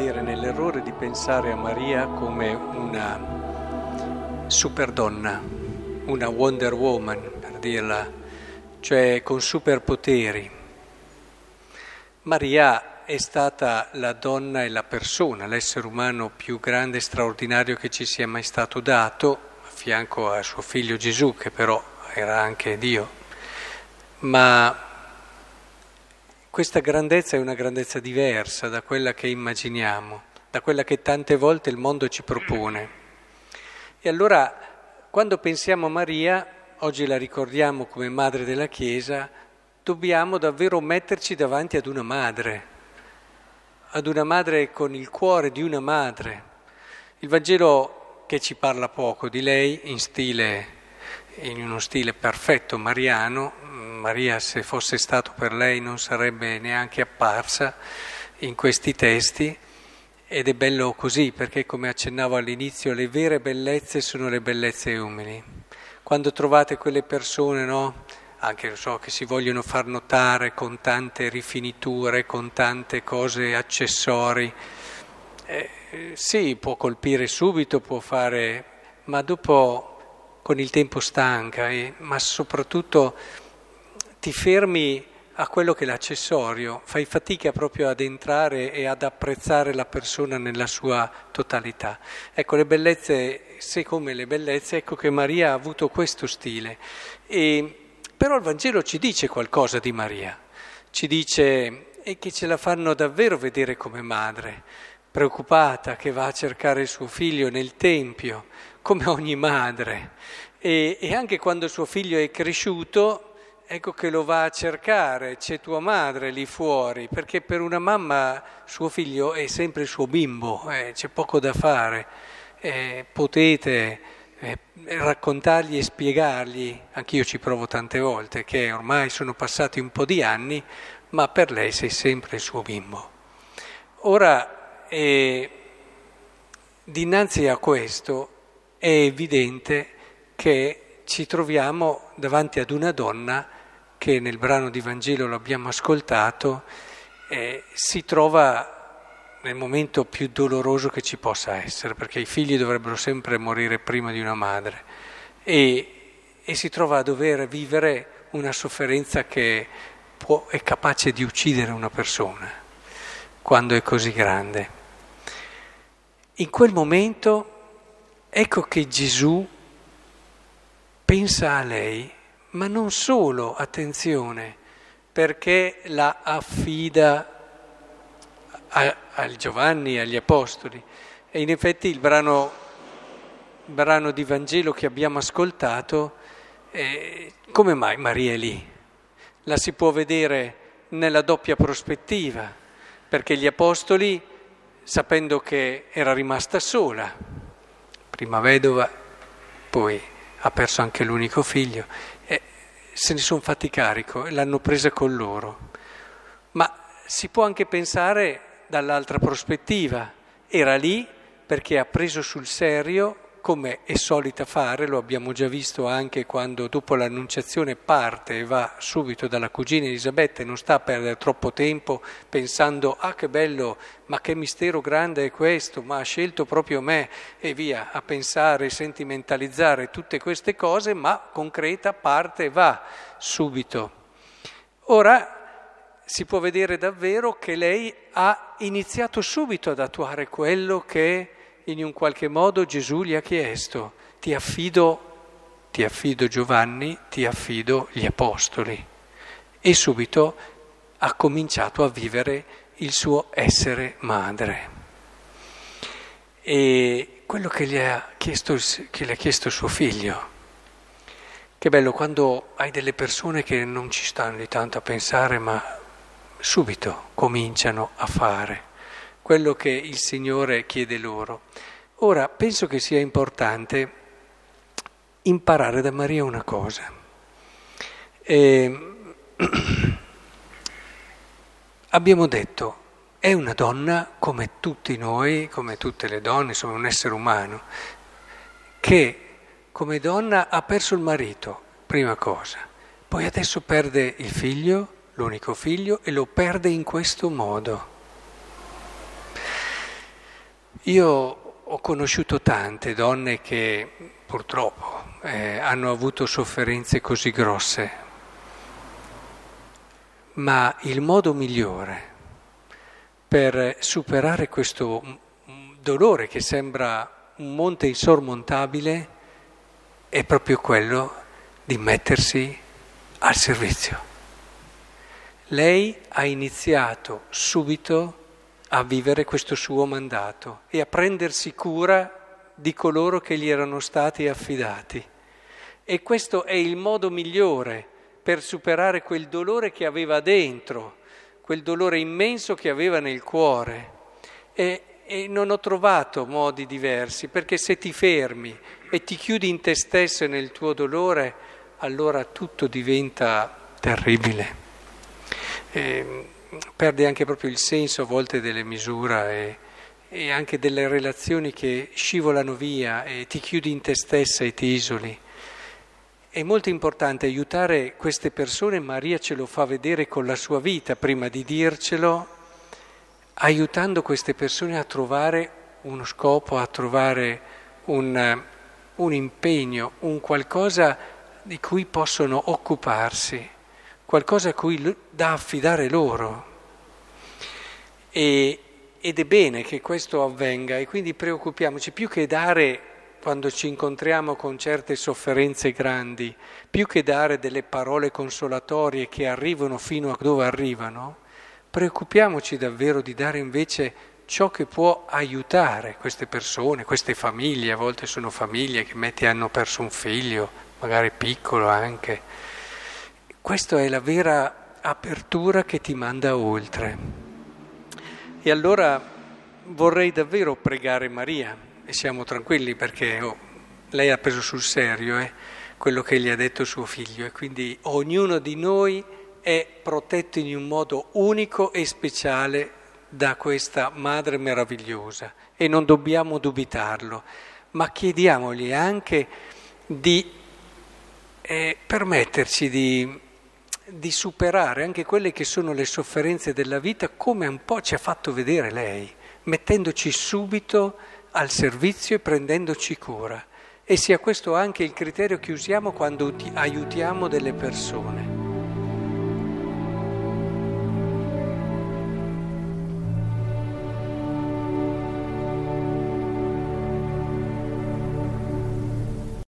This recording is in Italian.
cadere nell'errore di pensare a Maria come una superdonna, una Wonder Woman, per dirla, cioè con superpoteri. Maria è stata la donna e la persona, l'essere umano più grande e straordinario che ci sia mai stato dato, a fianco a suo figlio Gesù, che però era anche Dio. Ma questa grandezza è una grandezza diversa da quella che immaginiamo, da quella che tante volte il mondo ci propone. E allora, quando pensiamo a Maria, oggi la ricordiamo come madre della Chiesa, dobbiamo davvero metterci davanti ad una madre con il cuore di una madre. Il Vangelo che ci parla poco di lei in uno stile perfetto mariano. Maria, se fosse stato per lei, non sarebbe neanche apparsa in questi testi, ed è bello così, perché come accennavo all'inizio, le vere bellezze sono le bellezze umili. Quando trovate quelle persone, no? Anche che si vogliono far notare con tante rifiniture, con tante cose accessori, sì, può colpire subito, può fare, ma dopo con il tempo stanca, ma soprattutto ti fermi a quello che è l'accessorio, fai fatica proprio ad entrare e ad apprezzare la persona nella sua totalità. Ecco, le bellezze, se come le bellezze, ecco che Maria ha avuto questo stile. Però il Vangelo ci dice qualcosa di Maria, ci dice che ce la fanno davvero vedere come madre, preoccupata, che va a cercare il suo figlio nel Tempio, come ogni madre, e anche quando suo figlio è cresciuto, ecco che lo va a cercare, c'è tua madre lì fuori, perché per una mamma suo figlio è sempre il suo bimbo, c'è poco da fare, potete raccontargli e spiegargli, anch'io ci provo tante volte, che ormai sono passati un po' di anni, ma per lei sei sempre il suo bimbo. Ora, dinanzi a questo è evidente che ci troviamo davanti ad una donna che nel brano di Vangelo l'abbiamo ascoltato, si trova nel momento più doloroso che ci possa essere, perché i figli dovrebbero sempre morire prima di una madre, e si trova a dover vivere una sofferenza che è capace di uccidere una persona, quando è così grande. In quel momento ecco che Gesù pensa a lei, ma non solo, attenzione, perché la affida a Giovanni e agli Apostoli. E in effetti il brano di Vangelo che abbiamo ascoltato, come mai Maria è lì? La si può vedere nella doppia prospettiva, perché gli Apostoli, sapendo che era rimasta sola, prima vedova, poi ha perso anche l'unico figlio, se ne sono fatti carico e l'hanno presa con loro. Ma si può anche pensare dall'altra prospettiva. Era lì perché ha preso sul serio, come è solita fare, lo abbiamo già visto anche quando dopo l'annunciazione parte e va subito dalla cugina Elisabetta e non sta a perdere troppo tempo pensando che bello, ma che mistero grande è questo, ma ha scelto proprio me, e via, a pensare, sentimentalizzare tutte queste cose, ma concreta, parte e va subito. Ora si può vedere davvero che lei ha iniziato subito ad attuare quello che in un qualche modo Gesù gli ha chiesto: ti affido Giovanni, ti affido gli Apostoli. E subito ha cominciato a vivere il suo essere madre. E quello che le ha chiesto suo figlio. Che bello quando hai delle persone che non ci stanno di tanto a pensare, ma subito cominciano a fare quello che il Signore chiede loro. Ora, penso che sia importante imparare da Maria una cosa. Abbiamo detto, è una donna come tutti noi, come tutte le donne, insomma un essere umano, che come donna ha perso il marito, prima cosa, poi adesso perde il figlio, l'unico figlio, e lo perde in questo modo. Io ho conosciuto tante donne che purtroppo hanno avuto sofferenze così grosse, ma il modo migliore per superare questo dolore che sembra un monte insormontabile è proprio quello di mettersi al servizio. Lei ha iniziato subito a vivere questo suo mandato e a prendersi cura di coloro che gli erano stati affidati. E questo è il modo migliore per superare quel dolore che aveva dentro, quel dolore immenso che aveva nel cuore. E non ho trovato modi diversi, perché se ti fermi e ti chiudi in te stesso e nel tuo dolore, allora tutto diventa terribile. Perde anche proprio il senso a volte delle misure e anche delle relazioni che scivolano via e ti chiudi in te stessa e ti isoli. È molto importante aiutare queste persone, Maria ce lo fa vedere con la sua vita prima di dircelo, aiutando queste persone a trovare uno scopo, a trovare un impegno, un qualcosa di cui possono occuparsi, qualcosa a cui da affidare loro. Ed è bene che questo avvenga e quindi preoccupiamoci più che dare, quando ci incontriamo con certe sofferenze grandi, più che dare delle parole consolatorie che arrivano fino a dove arrivano, preoccupiamoci davvero di dare invece ciò che può aiutare queste persone, queste famiglie. A volte sono famiglie che hanno perso un figlio, magari piccolo anche. Questa è la vera apertura che ti manda oltre. E allora vorrei davvero pregare Maria, e siamo tranquilli perché lei ha preso sul serio quello che gli ha detto suo figlio, e quindi ognuno di noi è protetto in un modo unico e speciale da questa madre meravigliosa e non dobbiamo dubitarlo, ma chiediamogli anche di permetterci di superare anche quelle che sono le sofferenze della vita, come un po' ci ha fatto vedere lei, mettendoci subito al servizio e prendendoci cura. E sia questo anche il criterio che usiamo quando aiutiamo delle persone.